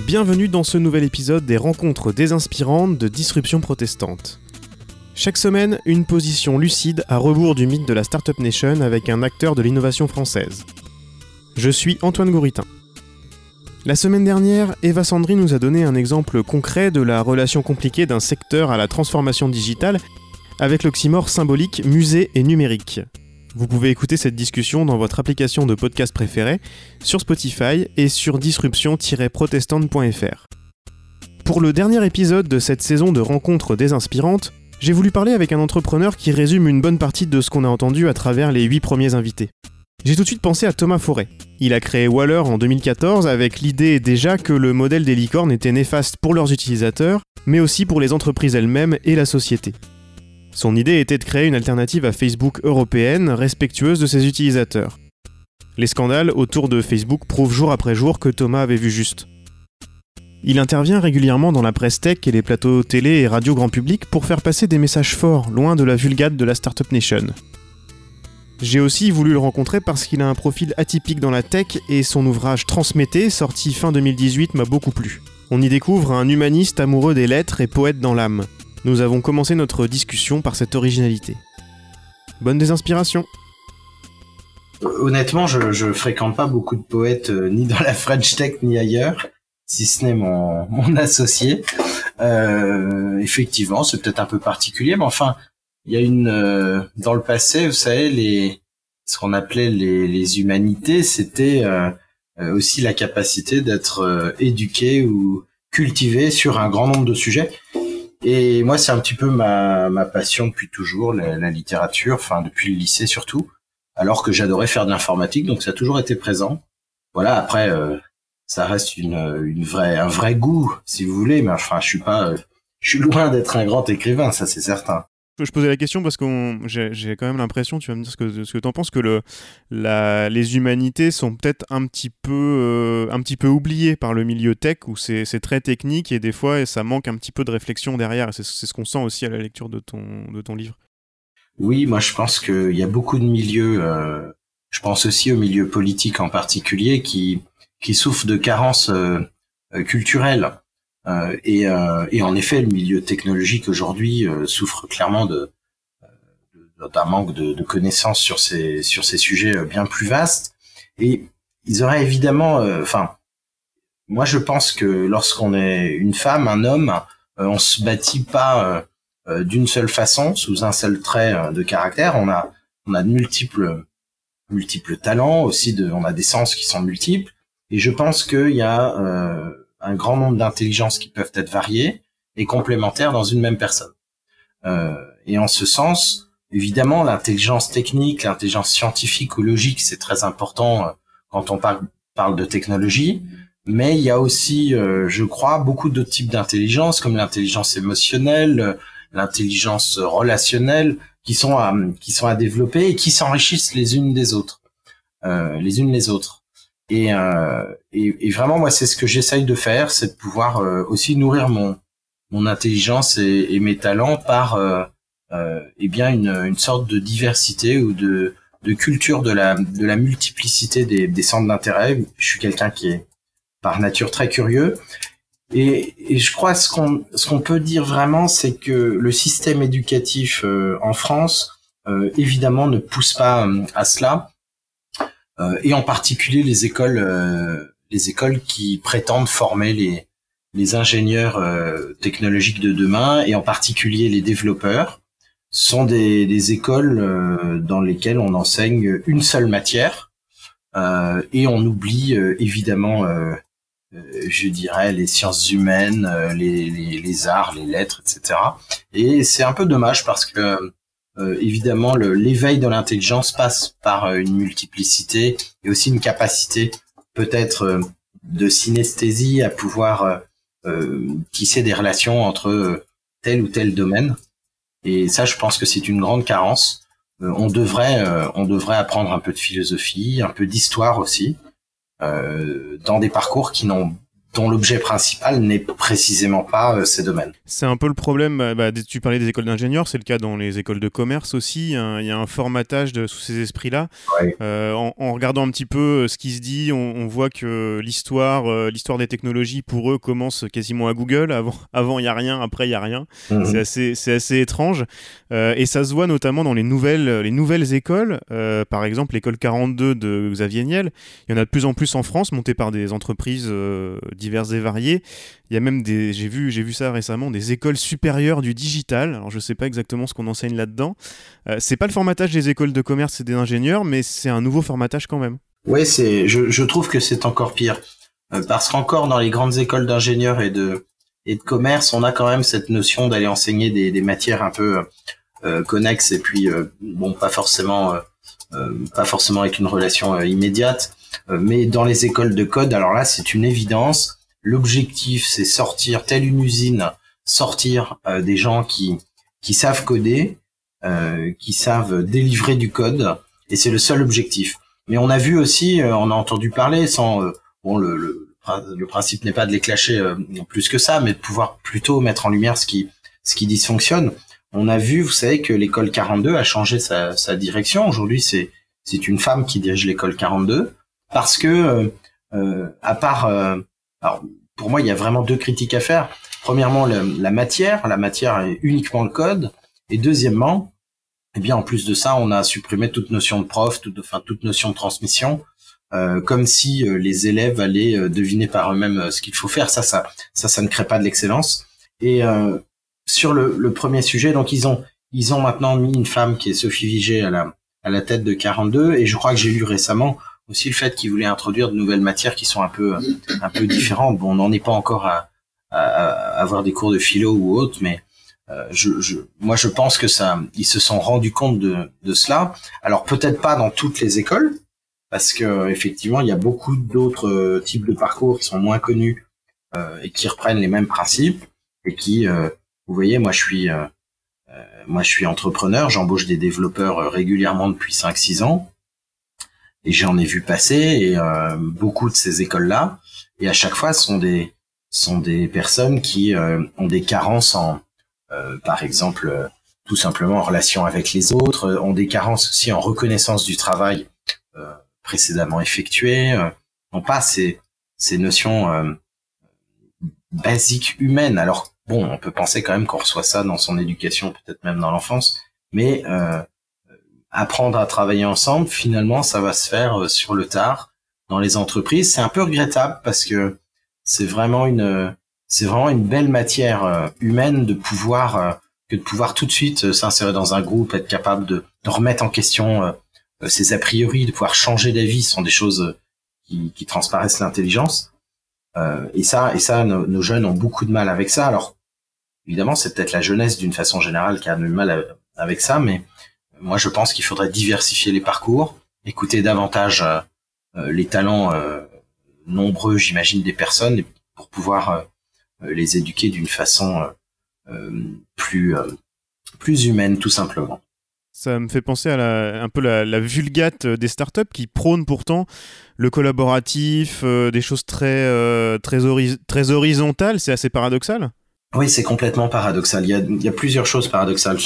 Bienvenue dans ce nouvel épisode des rencontres désinspirantes de Disruption Protestante. Chaque semaine, une position lucide à rebours du mythe de la Startup Nation avec un acteur de l'innovation française. Je suis Antoine Gouritin. La semaine dernière, Eva Sandri nous a donné un exemple concret de la relation compliquée d'un secteur à la transformation digitale avec l'oxymore symbolique musée et numérique. Vous pouvez écouter cette discussion dans votre application de podcast préférée, sur Spotify et sur disruption-protestante.fr. Pour le dernier épisode de cette saison de rencontres désinspirantes, j'ai voulu parler avec un entrepreneur qui résume une bonne partie de ce qu'on a entendu à travers les 8 premiers invités. J'ai tout de suite pensé à Thomas Forêt. Il a créé Waller en 2014 avec l'idée déjà que le modèle des licornes était néfaste pour leurs utilisateurs, mais aussi pour les entreprises elles-mêmes et la société. Son idée était de créer une alternative à Facebook européenne, respectueuse de ses utilisateurs. Les scandales autour de Facebook prouvent jour après jour que Thomas avait vu juste. Il intervient régulièrement dans la presse tech et les plateaux télé et radio grand public pour faire passer des messages forts, loin de la vulgate de la Startup Nation. J'ai aussi voulu le rencontrer parce qu'il a un profil atypique dans la tech et son ouvrage Transmettez, sorti fin 2018, m'a beaucoup plu. On y découvre un humaniste amoureux des lettres et poète dans l'âme. Nous avons commencé notre discussion par cette originalité. Bonne désinspiration. Honnêtement, je fréquente pas beaucoup de poètes, ni dans la French Tech ni ailleurs, si ce n'est mon associé. Effectivement, c'est peut-être un peu particulier, mais enfin, il y a dans le passé, vous savez, ce qu'on appelait les humanités, c'était aussi la capacité d'être éduqué ou cultivé sur un grand nombre de sujets. Et moi, c'est un petit peu ma passion depuis toujours, la littérature, enfin depuis le lycée surtout, alors que j'adorais faire de l'informatique, donc ça a toujours été présent. Voilà, après, ça reste un vrai goût, si vous voulez, mais enfin, je suis loin d'être un grand écrivain, ça c'est certain. Je posais la question parce que j'ai quand même l'impression, tu vas me dire ce que t'en penses, que les humanités sont peut-être un petit peu oubliées par le milieu tech, où c'est très technique et des fois ça manque un petit peu de réflexion derrière. Et c'est ce qu'on sent aussi à la lecture de ton livre. Oui, moi je pense qu'il y a beaucoup de milieux, je pense aussi au milieu politique en particulier, qui souffrent de carences culturelles. Et en effet, le milieu technologique aujourd'hui souffre clairement d'un manque de connaissances sur ces sujets bien plus vastes. Et ils auraient évidemment, moi je pense que lorsqu'on est une femme, un homme, on se bâtit pas d'une seule façon, sous un seul trait de caractère. On a de multiples talents aussi, on a des sens qui sont multiples. Et je pense qu'il y a un grand nombre d'intelligences qui peuvent être variées et complémentaires dans une même personne. Et en ce sens, évidemment, l'intelligence technique, l'intelligence scientifique ou logique, c'est très important quand on parle de technologie. Mais il y a aussi, je crois, beaucoup d'autres types d'intelligence, comme l'intelligence émotionnelle, l'intelligence relationnelle, qui sont à développer et qui s'enrichissent les unes les autres. Et vraiment, moi, c'est ce que j'essaye de faire, c'est de pouvoir aussi nourrir mon intelligence et mes talents par une sorte de diversité ou de culture de la multiplicité des centres d'intérêt. Je suis quelqu'un qui est par nature très curieux et je crois ce qu'on peut dire vraiment, c'est que le système éducatif en France évidemment ne pousse pas à cela. Et en particulier les écoles qui prétendent former les ingénieurs technologiques de demain, et en particulier les développeurs, sont des écoles dans lesquelles on enseigne une seule matière et on oublie évidemment, je dirais, les sciences humaines, les arts, les lettres, etc. Et c'est un peu dommage parce que évidemment, l'éveil de l'intelligence passe par une multiplicité et aussi une capacité peut-être de synesthésie à pouvoir tisser des relations entre tel ou tel domaine. Et ça, je pense que c'est une grande carence. On devrait apprendre un peu de philosophie, un peu d'histoire aussi, dans des parcours qui n'ont dont l'objet principal n'est précisément pas ces domaines. C'est un peu le problème, tu parlais des écoles d'ingénieurs, c'est le cas dans les écoles de commerce aussi, hein, il y a un formatage sous ces esprits-là. Ouais. En regardant un petit peu ce qui se dit, on voit que l'histoire des technologies pour eux commence quasiment à Google, avant il n'y a rien, après il n'y a rien. C'est assez étrange, et ça se voit notamment dans les nouvelles écoles, par exemple l'école 42 de Xavier Niel, il y en a de plus en plus en France, montées par des entreprises diverses et variées. Il y a même j'ai vu ça récemment, des écoles supérieures du digital. Alors je sais pas exactement ce qu'on enseigne là-dedans. C'est pas le formatage des écoles de commerce et des ingénieurs, mais c'est un nouveau formatage quand même. Oui, je trouve que c'est encore pire. Parce qu'encore dans les grandes écoles d'ingénieurs et de commerce, on a quand même cette notion d'aller enseigner des matières un peu connexes et puis pas forcément avec une relation immédiate. Mais dans les écoles de code, alors là, c'est une évidence. L'objectif, c'est sortir, telle une usine, sortir des gens qui savent coder, qui savent délivrer du code, et c'est le seul objectif. Mais on a vu aussi, on a entendu parler, le principe n'est pas de les clasher plus que ça, mais de pouvoir plutôt mettre en lumière ce qui dysfonctionne. On a vu, vous savez, que l'école 42 a changé sa direction. Aujourd'hui, c'est une femme qui dirige l'école 42, parce que alors, pour moi, il y a vraiment deux critiques à faire. Premièrement, la matière est uniquement le code. Et deuxièmement, en plus de ça, on a supprimé toute notion de prof, toute notion de transmission, comme si les élèves allaient deviner par eux-mêmes ce qu'il faut faire. Ça ne crée pas de l'excellence. Et sur le premier sujet, donc ils ont maintenant mis une femme qui est Sophie Viget à la tête de 42. Et je crois que j'ai lu récemment aussi le fait qu'ils voulaient introduire de nouvelles matières qui sont un peu différentes. Bon, on n'en est pas encore à avoir des cours de philo ou autre, mais moi je pense que ils se sont rendus compte de cela. Alors peut-être pas dans toutes les écoles, parce que effectivement il y a beaucoup d'autres types de parcours qui sont moins connus et qui reprennent les mêmes principes et qui, vous voyez, moi je suis entrepreneur, j'embauche des développeurs régulièrement depuis 5-6 ans. Et j'en ai vu passer et beaucoup de ces écoles-là. Et à chaque fois, sont des personnes qui ont des carences par exemple, tout simplement en relation avec les autres, ont des carences aussi en reconnaissance du travail précédemment effectué, n'ont pas ces notions basiques humaines. Alors bon, on peut penser quand même qu'on reçoit ça dans son éducation, peut-être même dans l'enfance, mais apprendre à travailler ensemble, finalement, ça va se faire sur le tard dans les entreprises. C'est un peu regrettable parce que c'est vraiment une belle matière humaine de pouvoir tout de suite s'insérer dans un groupe, être capable de remettre en question ses a priori, de pouvoir changer d'avis. Ce sont des choses qui transparaissent l'intelligence. Et ça, nos jeunes ont beaucoup de mal avec ça. Alors, évidemment, c'est peut-être la jeunesse d'une façon générale qui a du mal avec ça, mais moi, je pense qu'il faudrait diversifier les parcours, écouter davantage les talents nombreux, j'imagine, des personnes, pour pouvoir les éduquer d'une façon plus humaine, tout simplement. Ça me fait penser à un peu la vulgate des startups qui prônent pourtant le collaboratif, des choses très horizontales. C'est assez paradoxal. Oui, c'est complètement paradoxal. Il y a plusieurs choses paradoxales.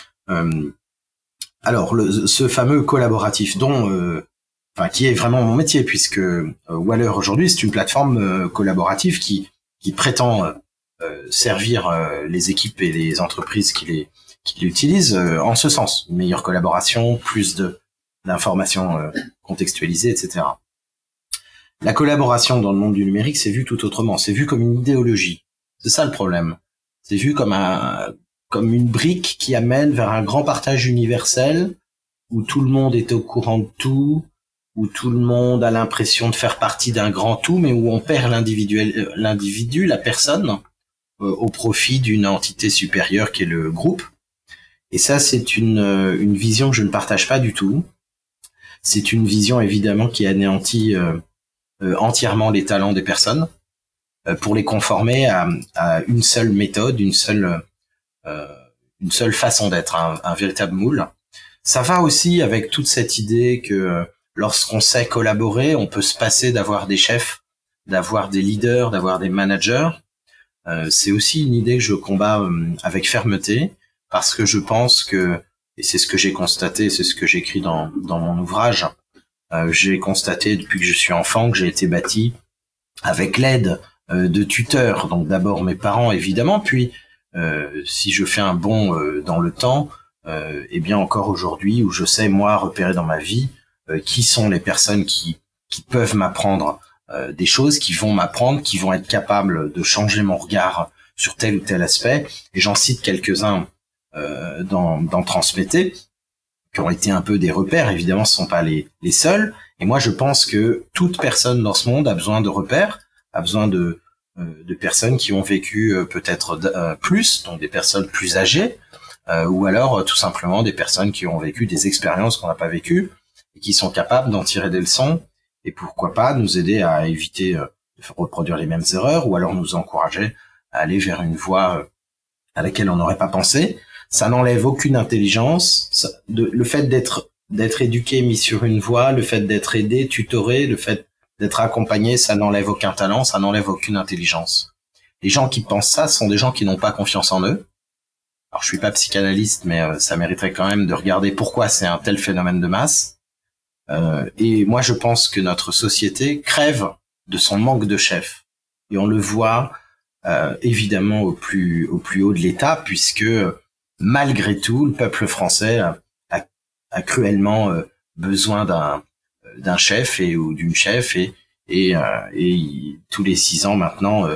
Alors, ce fameux collaboratif qui est vraiment mon métier, puisque Waller aujourd'hui, c'est une plateforme collaborative qui prétend servir les équipes et les entreprises qui l'utilisent en ce sens. Une meilleure collaboration, plus d'informations contextualisées, etc. La collaboration dans le monde du numérique, c'est vu tout autrement. C'est vu comme une idéologie. C'est ça le problème. C'est vu comme une brique qui amène vers un grand partage universel où tout le monde est au courant de tout, où tout le monde a l'impression de faire partie d'un grand tout, mais où on perd l'individu, la personne, au profit d'une entité supérieure qui est le groupe. Et ça, c'est une vision que je ne partage pas du tout. C'est une vision évidemment qui anéantit entièrement les talents des personnes pour les conformer à une seule méthode, une seule façon d'être, un véritable moule. Ça va aussi avec toute cette idée que lorsqu'on sait collaborer, on peut se passer d'avoir des chefs d'avoir des leaders, d'avoir des managers. C'est aussi une idée que je combats avec fermeté, parce que je pense que, et c'est ce que j'ai constaté, c'est ce que j'écris dans mon ouvrage, j'ai constaté depuis que je suis enfant que j'ai été bâti avec l'aide de tuteurs, donc d'abord mes parents évidemment, puis si je fais un bond dans le temps, et bien encore aujourd'hui où je sais moi repérer dans ma vie qui sont les personnes qui peuvent m'apprendre des choses, qui vont m'apprendre, qui vont être capables de changer mon regard sur tel ou tel aspect, et j'en cite quelques-uns dans Transmettez, qui ont été un peu des repères. Évidemment, ce sont pas les seuls. Et moi, je pense que toute personne dans ce monde a besoin de repères, a besoin de personnes qui ont vécu peut-être plus, donc des personnes plus âgées, ou alors tout simplement des personnes qui ont vécu des expériences qu'on n'a pas vécues et qui sont capables d'en tirer des leçons et pourquoi pas nous aider à éviter de reproduire les mêmes erreurs, ou alors nous encourager à aller vers une voie à laquelle on n'aurait pas pensé. Ça n'enlève aucune intelligence. Le fait d'être éduqué, mis sur une voie, le fait d'être aidé, tutoré, le fait d'être accompagné, ça n'enlève aucun talent, ça n'enlève aucune intelligence. Les gens qui pensent ça sont des gens qui n'ont pas confiance en eux. Alors je suis pas psychanalyste, mais ça mériterait quand même de regarder pourquoi c'est un tel phénomène de masse. Et moi je pense que notre société crève de son manque de chefs. Et on le voit évidemment au plus haut de l'État, puisque malgré tout, le peuple français a cruellement besoin d'un chef ou d'une chef, et tous les 6 ans maintenant,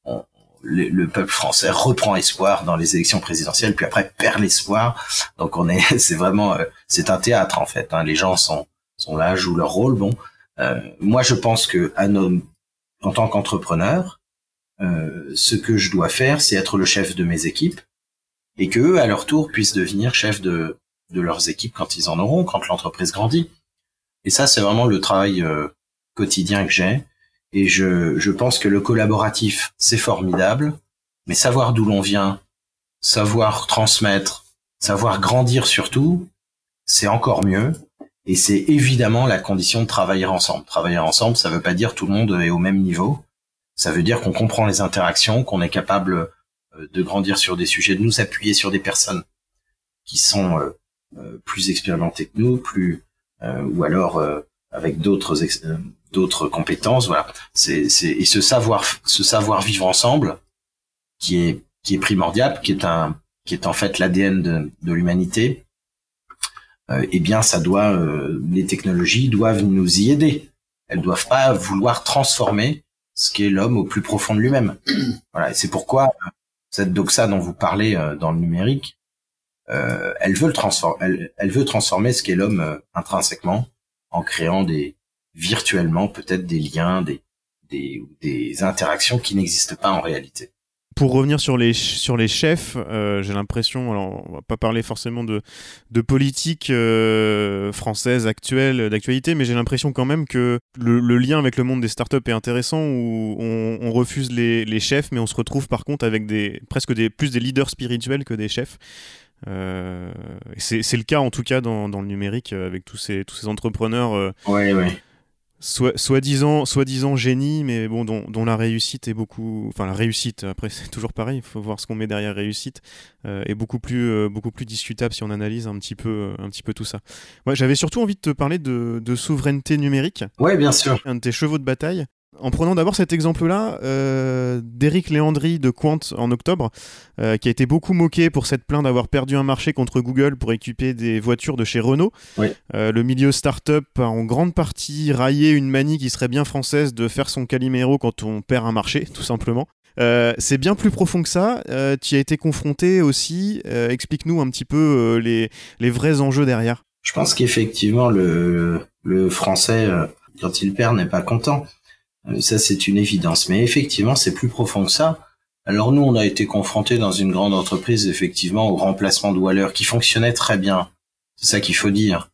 le peuple français reprend espoir dans les élections présidentielles, puis après perd l'espoir. Donc c'est vraiment, c'est un théâtre en fait. Hein. Les gens sont là, jouent leur rôle. Bon, moi je pense que en tant qu'entrepreneur, ce que je dois faire, c'est être le chef de mes équipes, et que eux, à leur tour, puissent devenir chefs de leurs équipes quand ils en auront, quand l'entreprise grandit. Et ça, c'est vraiment le travail quotidien que j'ai. Et je pense que le collaboratif, c'est formidable, mais savoir d'où l'on vient, savoir transmettre, savoir grandir surtout, c'est encore mieux. Et c'est évidemment la condition de travailler ensemble. Travailler ensemble, ça veut pas dire tout le monde est au même niveau. Ça veut dire qu'on comprend les interactions, qu'on est capable de grandir sur des sujets, de nous appuyer sur des personnes qui sont plus expérimentées que nous, ou alors avec d'autres compétences. Voilà. Et ce savoir vivre ensemble qui est primordial, qui est en fait l'ADN de l'humanité. Eh bien, les technologies doivent nous y aider. Elles doivent pas vouloir transformer ce qu'est l'homme au plus profond de lui-même. Voilà. Et c'est pourquoi cette doxa dont vous parlez dans le numérique, elle veut transformer ce qu'est l'homme intrinsèquement, en créant virtuellement peut-être des liens, des interactions qui n'existent pas en réalité. Pour revenir sur les chefs, j'ai l'impression, alors on va pas parler forcément de politique française actuelle, d'actualité, mais j'ai l'impression quand même que le lien avec le monde des startups est intéressant, où on refuse les chefs, mais on se retrouve par contre avec plus des leaders spirituels que des chefs. C'est le cas en tout cas dans le numérique, avec tous ces entrepreneurs. Ouais. Soi-disant génie, mais bon, dont la réussite est beaucoup... Enfin, la réussite, après, c'est toujours pareil, il faut voir ce qu'on met derrière réussite, est beaucoup plus discutable si on analyse un petit peu tout ça. Ouais, j'avais surtout envie de te parler de souveraineté numérique. Ouais, bien sûr. Un de tes chevaux de bataille. En prenant d'abord cet exemple-là d'Éric Léandri de Quant en octobre, qui a été beaucoup moqué pour s'être plaint d'avoir perdu un marché contre Google pour équiper des voitures de chez Renault. Oui. Le milieu start-up a en grande partie raillé une manie qui serait bien française de faire son Calimero quand on perd un marché, tout simplement. C'est bien plus profond que ça. Tu y as été confronté aussi. Explique-nous un petit peu les vrais enjeux derrière. Je pense qu'effectivement, le français, quand il perd, n'est pas content. Ça, c'est une évidence. Mais effectivement, c'est plus profond que ça. Alors nous, on a été confrontés dans une grande entreprise, effectivement, au remplacement de Waller, qui fonctionnait très bien. C'est ça qu'il faut dire.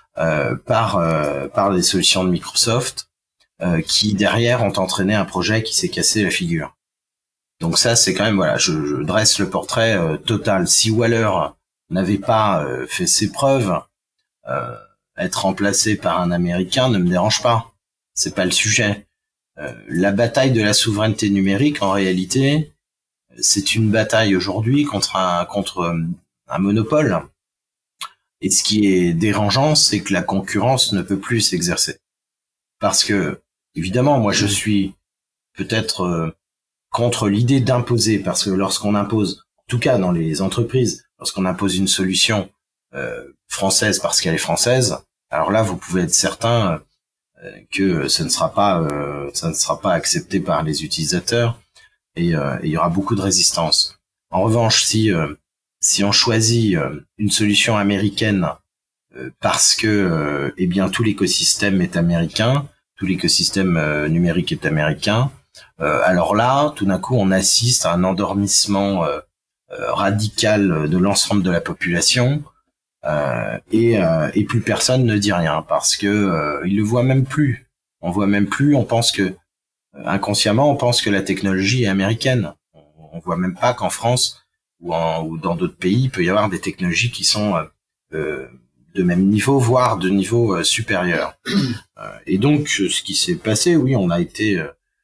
Par les solutions de Microsoft, qui derrière ont entraîné un projet qui s'est cassé la figure. Donc ça, c'est quand même, voilà, je dresse le portrait total. Si Waller n'avait pas fait ses preuves, être remplacé par un Américain ne me dérange pas. C'est pas le sujet. La bataille de la souveraineté numérique, en réalité, c'est une bataille aujourd'hui contre un monopole. Et ce qui est dérangeant, c'est que la concurrence ne peut plus s'exercer. Parce que, évidemment, moi je suis peut-être contre l'idée d'imposer, parce que lorsqu'on impose, en tout cas dans les entreprises, lorsqu'on impose une solution française parce qu'elle est française, alors là vous pouvez être certain que ça ne sera pas accepté par les utilisateurs et il y aura beaucoup de résistance. En revanche, si on choisit une solution américaine parce que eh bien tout l'écosystème est américain, tout l'écosystème numérique est américain, alors là, tout d'un coup, on assiste à un endormissement radical de l'ensemble de la population et plus personne ne dit rien parce que ils le voient même plus. On voit même plus. On pense que inconsciemment, on pense que la technologie est américaine. On voit même pas qu'en France ou dans d'autres pays, il peut y avoir des technologies qui sont de même niveau, voire de niveau supérieur. Et donc, ce qui s'est passé, oui, on a été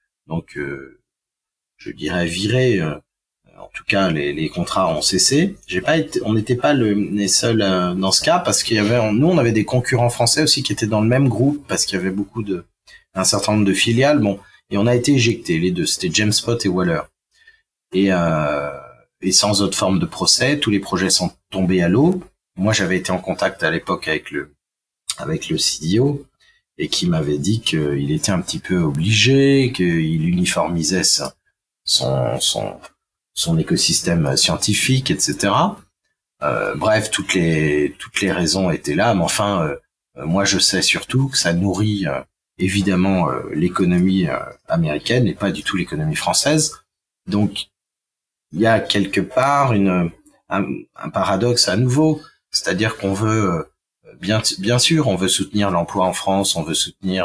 je dirais viré. En tout cas, les contrats ont cessé. On n'était pas les seuls dans ce cas parce qu'il y avait, nous, on avait des concurrents français aussi qui étaient dans le même groupe parce qu'il y avait un certain nombre de filiales. Bon, et on a été éjectés les deux. C'était Jamespot et Waller. Et sans autre forme de procès, tous les projets sont tombés à l'eau. Moi, j'avais été en contact à l'époque avec le CDO et qui m'avait dit qu'il était un petit peu obligé, qu'il uniformisait son écosystème scientifique, etc. Bref, toutes les raisons étaient là, mais enfin, moi je sais surtout que ça nourrit évidemment l'économie américaine et pas du tout l'économie française. Donc, il y a quelque part un paradoxe à nouveau, c'est-à-dire qu'on veut bien sûr, on veut soutenir l'emploi en France, on veut soutenir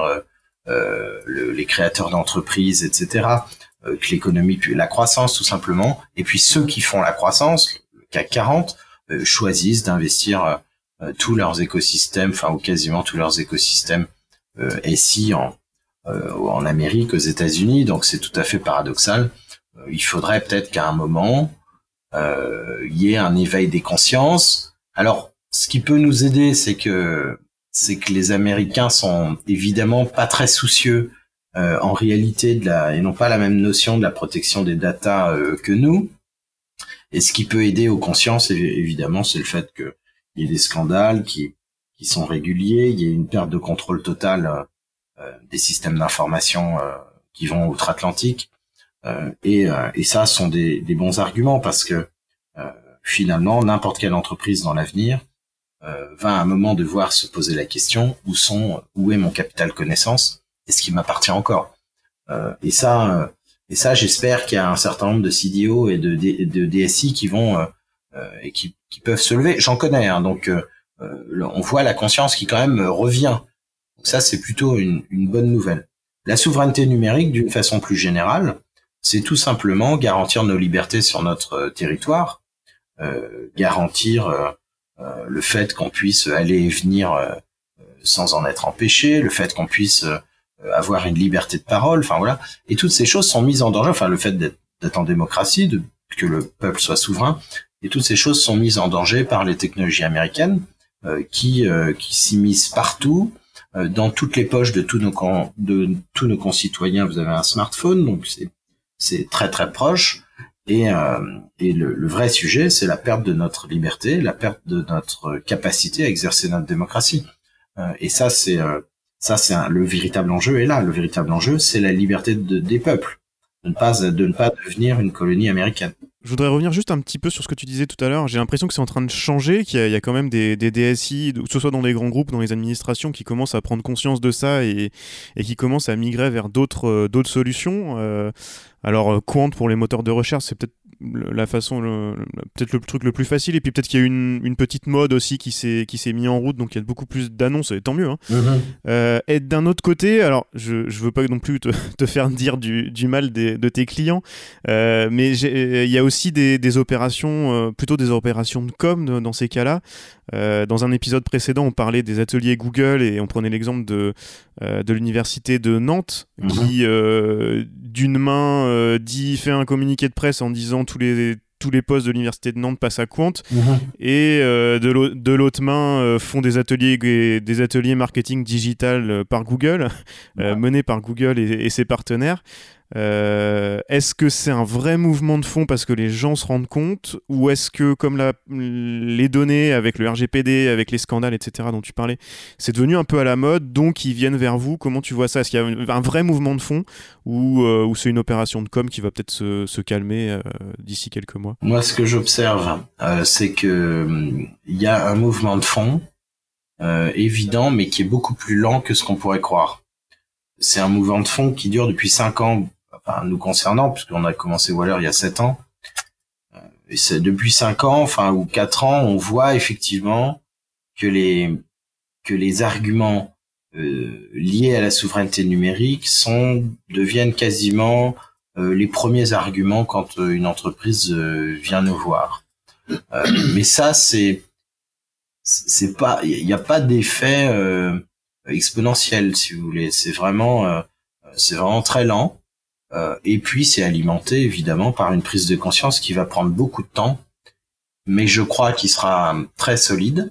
les créateurs d'entreprises, etc. Que l'économie, la croissance tout simplement. Et puis ceux qui font la croissance, le CAC 40, choisissent d'investir tous leurs écosystèmes, enfin ou quasiment tous leurs écosystèmes SI en Amérique, aux États-Unis. Donc c'est tout à fait paradoxal. Il faudrait peut-être qu'à un moment il y ait un éveil des consciences. Alors ce qui peut nous aider, c'est que les Américains sont évidemment pas très soucieux en réalité ils n'ont pas la même notion de la protection des datas que nous. Et ce qui peut aider aux consciences, évidemment, c'est le fait qu'il y ait des scandales qui sont réguliers, il y ait une perte de contrôle totale des systèmes d'information qui vont outre-Atlantique. Et ça sont des bons arguments parce que finalement, n'importe quelle entreprise dans l'avenir va à un moment devoir se poser la question où est mon capital connaissance et ce qui m'appartient encore. Et ça, j'espère qu'il y a un certain nombre de CDO et de DSI qui vont et qui peuvent se lever. J'en connais, hein, donc on voit la conscience qui quand même revient. Donc ça, c'est plutôt une bonne nouvelle. La souveraineté numérique, d'une façon plus générale, c'est tout simplement garantir nos libertés sur notre territoire, garantir le fait qu'on puisse aller et venir sans en être empêché, le fait qu'on puisse avoir une liberté de parole, enfin voilà. Et toutes ces choses sont mises en danger, enfin le fait d'être en démocratie, que le peuple soit souverain, et toutes ces choses sont mises en danger par les technologies américaines qui s'immiscent partout, dans toutes les poches de tous nos concitoyens. Vous avez un smartphone, donc c'est très très proche. Et le vrai sujet, c'est la perte de notre liberté, la perte de notre capacité à exercer notre démocratie. Et ça, c'est le véritable enjeu. Et là, le véritable enjeu, c'est la liberté des peuples, de ne pas devenir une colonie américaine. Je voudrais revenir juste un petit peu sur ce que tu disais tout à l'heure. J'ai l'impression que c'est en train de changer, qu'il y a quand même des DSI, que ce soit dans les grands groupes, dans les administrations, qui commencent à prendre conscience de ça et qui commencent à migrer vers d'autres solutions. Alors, Quant pour les moteurs de recherche, c'est peut-être la façon, peut-être le truc le plus facile. Et puis peut-être qu'il y a une petite mode aussi qui s'est mis en route, donc il y a beaucoup plus d'annonces, et tant mieux. Hein. Et d'un autre côté, alors je veux pas non plus te faire dire du mal de tes clients, mais il y a aussi des opérations, plutôt des opérations de com dans ces cas-là. Dans un épisode précédent, on parlait des ateliers Google et on prenait l'exemple de l'université de Nantes qui, d'une main, fait un communiqué de presse en disant tous les postes de l'université de Nantes passent à Quant, et de l'autre main font des ateliers marketing digital par Google, menés par Google et ses partenaires. Est-ce que c'est un vrai mouvement de fond parce que les gens se rendent compte, ou est-ce que comme les données avec le RGPD, avec les scandales, etc. dont tu parlais, c'est devenu un peu à la mode, donc ils viennent vers vous? Comment tu vois ça? Est-ce qu'il y a un vrai mouvement de fond, ou c'est une opération de com qui va peut-être se calmer d'ici quelques mois? Moi, ce que j'observe, c'est que il y a un mouvement de fond évident, mais qui est beaucoup plus lent que ce qu'on pourrait croire. C'est un mouvement de fond qui dure depuis 5 ans, enfin, nous concernant, puisqu'on a commencé Waller il y a 7 ans. Et c'est depuis 5 ans, enfin, ou 4 ans, on voit effectivement que les arguments liés à la souveraineté numérique deviennent quasiment les premiers arguments quand une entreprise vient nous voir. Mais ça, c'est pas, il n'y a pas d'effet exponentiel, si vous voulez. C'est vraiment très lent. Et puis c'est alimenté évidemment par une prise de conscience qui va prendre beaucoup de temps, mais je crois qu'il sera très solide.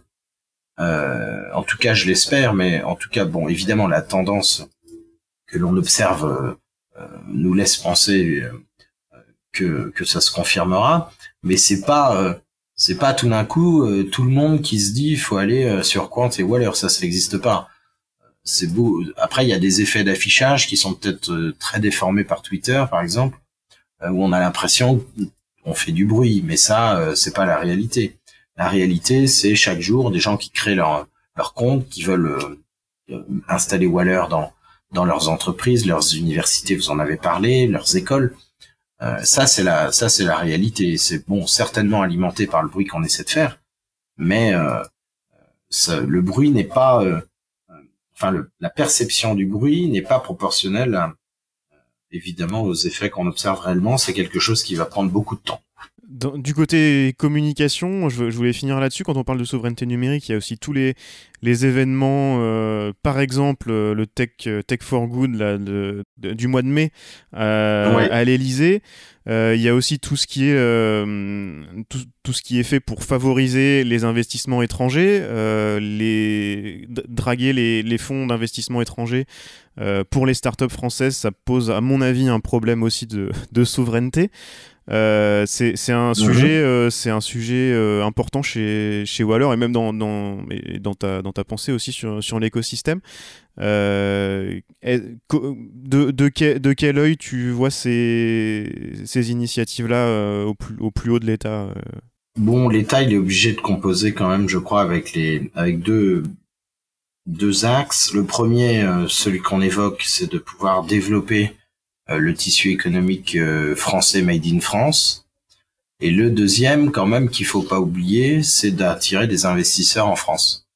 En tout cas, je l'espère, mais en tout cas, bon, évidemment, la tendance que l'on observe nous laisse penser que ça se confirmera, mais c'est pas tout d'un coup tout le monde qui se dit il faut aller sur Quant et Waller, ça n'existe pas. C'est beau. Après, il y a des effets d'affichage qui sont peut-être très déformés par Twitter, par exemple, où on a l'impression qu'on fait du bruit, mais ça, c'est pas la réalité. La réalité, c'est chaque jour des gens qui créent leur compte, qui veulent installer Waller dans leurs entreprises, leurs universités, vous en avez parlé, leurs écoles. Ça, c'est la réalité. C'est bon, certainement alimenté par le bruit qu'on essaie de faire, mais le bruit n'est pas la perception du bruit n'est pas proportionnelle évidemment aux effets qu'on observe réellement. C'est quelque chose qui va prendre beaucoup de temps. Du côté communication, je voulais finir là-dessus. Quand on parle de souveraineté numérique, il y a aussi tous les événements, par exemple le Tech for Good là, du mois de mai à l'Elysée. Il y a aussi tout ce qui est tout ce qui est fait pour favoriser les investissements étrangers, draguer les fonds d'investissement étrangers pour les startups françaises. Ça pose à mon avis un problème aussi de souveraineté. C'est un sujet important chez Waller, et même dans ta pensée aussi sur l'écosystème. De quel œil tu vois ces initiatives-là au plus haut de l'État? Bon, l'État, il est obligé de composer quand même, je crois, avec deux axes. Le premier, celui qu'on évoque, c'est de pouvoir développer le tissu économique français made in France. Et le deuxième, quand même, qu'il faut pas oublier, c'est d'attirer des investisseurs en France.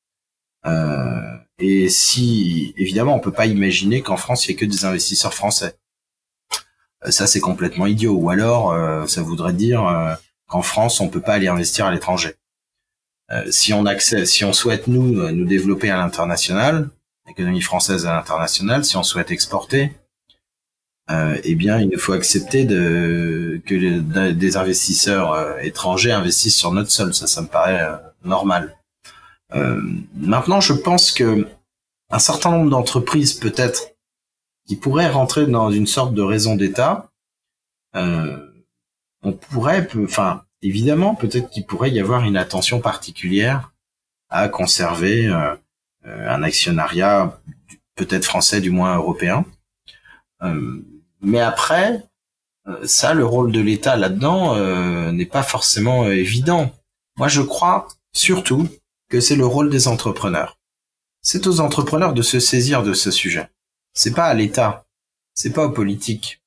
Et si, évidemment, on peut pas imaginer qu'en France, il y ait que des investisseurs français. Ça, c'est complètement idiot. Ou alors, ça voudrait dire qu'en France, on peut pas aller investir à l'étranger. Si on souhaite nous développer à l'international, l'économie française à l'international, si on souhaite exporter, eh bien, il nous faut accepter que des investisseurs étrangers investissent sur notre sol. Ça me paraît normal. Maintenant, je pense que un certain nombre d'entreprises, peut-être, qui pourraient rentrer dans une sorte de raison d'État, évidemment, peut-être qu'il pourrait y avoir une attention particulière à conserver un actionnariat, peut-être français, du moins européen. Mais après, ça, le rôle de l'État là-dedans n'est pas forcément évident. Moi, je crois surtout que c'est le rôle des entrepreneurs. C'est aux entrepreneurs de se saisir de ce sujet. C'est pas à l'État, c'est pas aux politiques.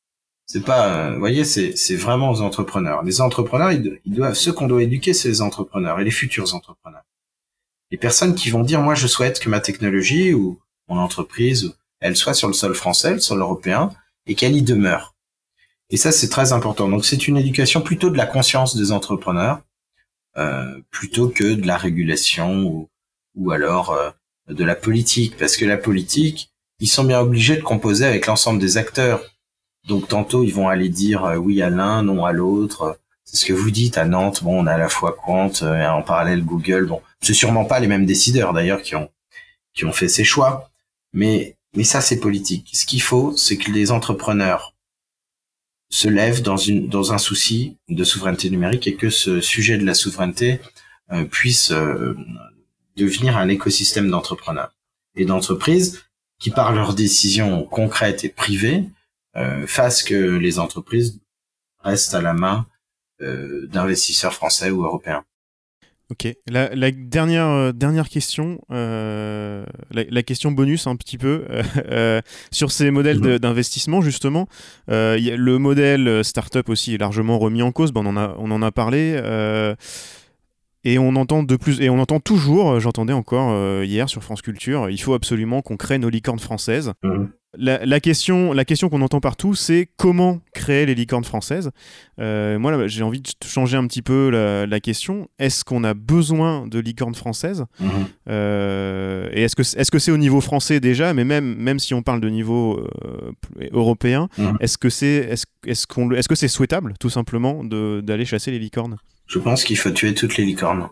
C'est pas, vous voyez, c'est vraiment aux entrepreneurs. Les entrepreneurs, ils doivent, ceux qu'on doit éduquer, c'est les entrepreneurs et les futurs entrepreneurs. Les personnes qui vont dire, moi, je souhaite que ma technologie ou mon entreprise, elle soit sur le sol français, le sol européen, et qu'elle y demeure. Et ça, c'est très important. Donc, c'est une éducation plutôt de la conscience des entrepreneurs, plutôt que de la régulation ou alors de la politique. Parce que la politique, ils sont bien obligés de composer avec l'ensemble des acteurs. Donc, tantôt, ils vont aller dire oui à l'un, non à l'autre. C'est ce que vous dites à Nantes. Bon, on a à la fois Quant et en parallèle Google. Bon, c'est sûrement pas les mêmes décideurs d'ailleurs qui ont fait ces choix. Mais ça, c'est politique. Ce qu'il faut, c'est que les entrepreneurs se lèvent dans un souci de souveraineté numérique et que ce sujet de la souveraineté puisse devenir un écosystème d'entrepreneurs et d'entreprises qui, par leurs décisions concrètes et privées, fassent que les entreprises restent à la main d'investisseurs français ou européens. Ok, la dernière question, la question bonus un petit peu, sur ces modèles d'investissement justement, le modèle startup aussi est largement remis en cause, on en a parlé, et on entend toujours, j'entendais encore hier sur France Culture, il faut absolument qu'on crée nos licornes françaises. La question qu'on entend partout, c'est comment créer les licornes françaises. Moi, là, j'ai envie de changer un petit peu la question. Est-ce qu'on a besoin de licornes françaises et est-ce que c'est au niveau français déjà, mais même si on parle de niveau européen, est-ce que c'est souhaitable, tout simplement, d'aller chasser les licornes ? Je pense qu'il faut tuer toutes les licornes.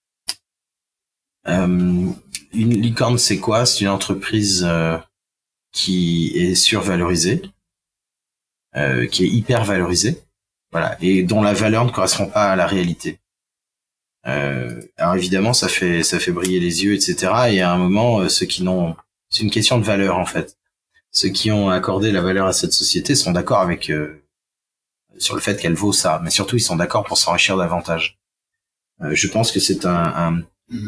Une licorne, c'est quoi ? C'est une entreprise qui est survalorisée, qui est hyper valorisée, voilà, et dont la valeur ne correspond pas à la réalité. Alors évidemment, ça fait briller les yeux, etc. Et à un moment, c'est une question de valeur en fait. Ceux qui ont accordé la valeur à cette société sont d'accord avec sur le fait qu'elle vaut ça, mais surtout ils sont d'accord pour s'enrichir davantage. Je pense que c'est un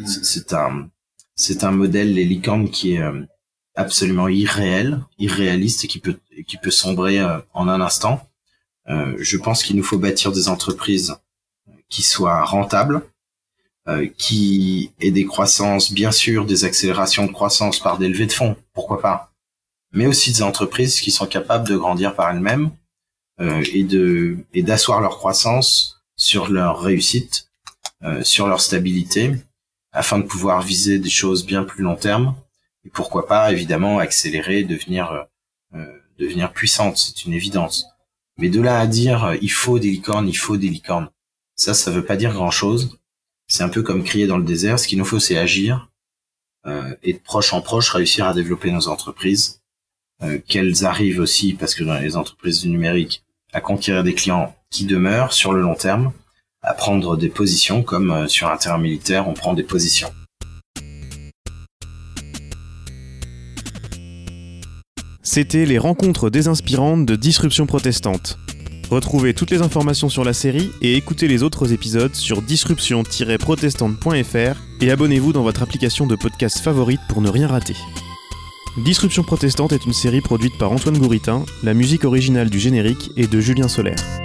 modèle, les licornes, qui est absolument irréaliste et qui peut sombrer en un instant. Je pense qu'il nous faut bâtir des entreprises qui soient rentables, qui aient des croissances, bien sûr, des accélérations de croissance par des levées de fonds, pourquoi pas, mais aussi des entreprises qui sont capables de grandir par elles-mêmes et d'asseoir leur croissance sur leur réussite, sur leur stabilité, afin de pouvoir viser des choses bien plus long terme. Et pourquoi pas, évidemment, accélérer, devenir puissante, c'est une évidence. Mais de là à dire, il faut des licornes, ça veut pas dire grand-chose. C'est un peu comme crier dans le désert. Ce qu'il nous faut, c'est agir, et de proche en proche, réussir à développer nos entreprises, qu'elles arrivent aussi, parce que dans les entreprises du numérique, à conquérir des clients qui demeurent sur le long terme, à prendre des positions, comme sur un terrain militaire, on prend des positions. C'était les rencontres désinspirantes de Disruption Protestante. Retrouvez toutes les informations sur la série et écoutez les autres épisodes sur disruption-protestante.fr et abonnez-vous dans votre application de podcast favorite pour ne rien rater. Disruption Protestante est une série produite par Antoine Gouritin, la musique originale du générique est de Julien Solaire.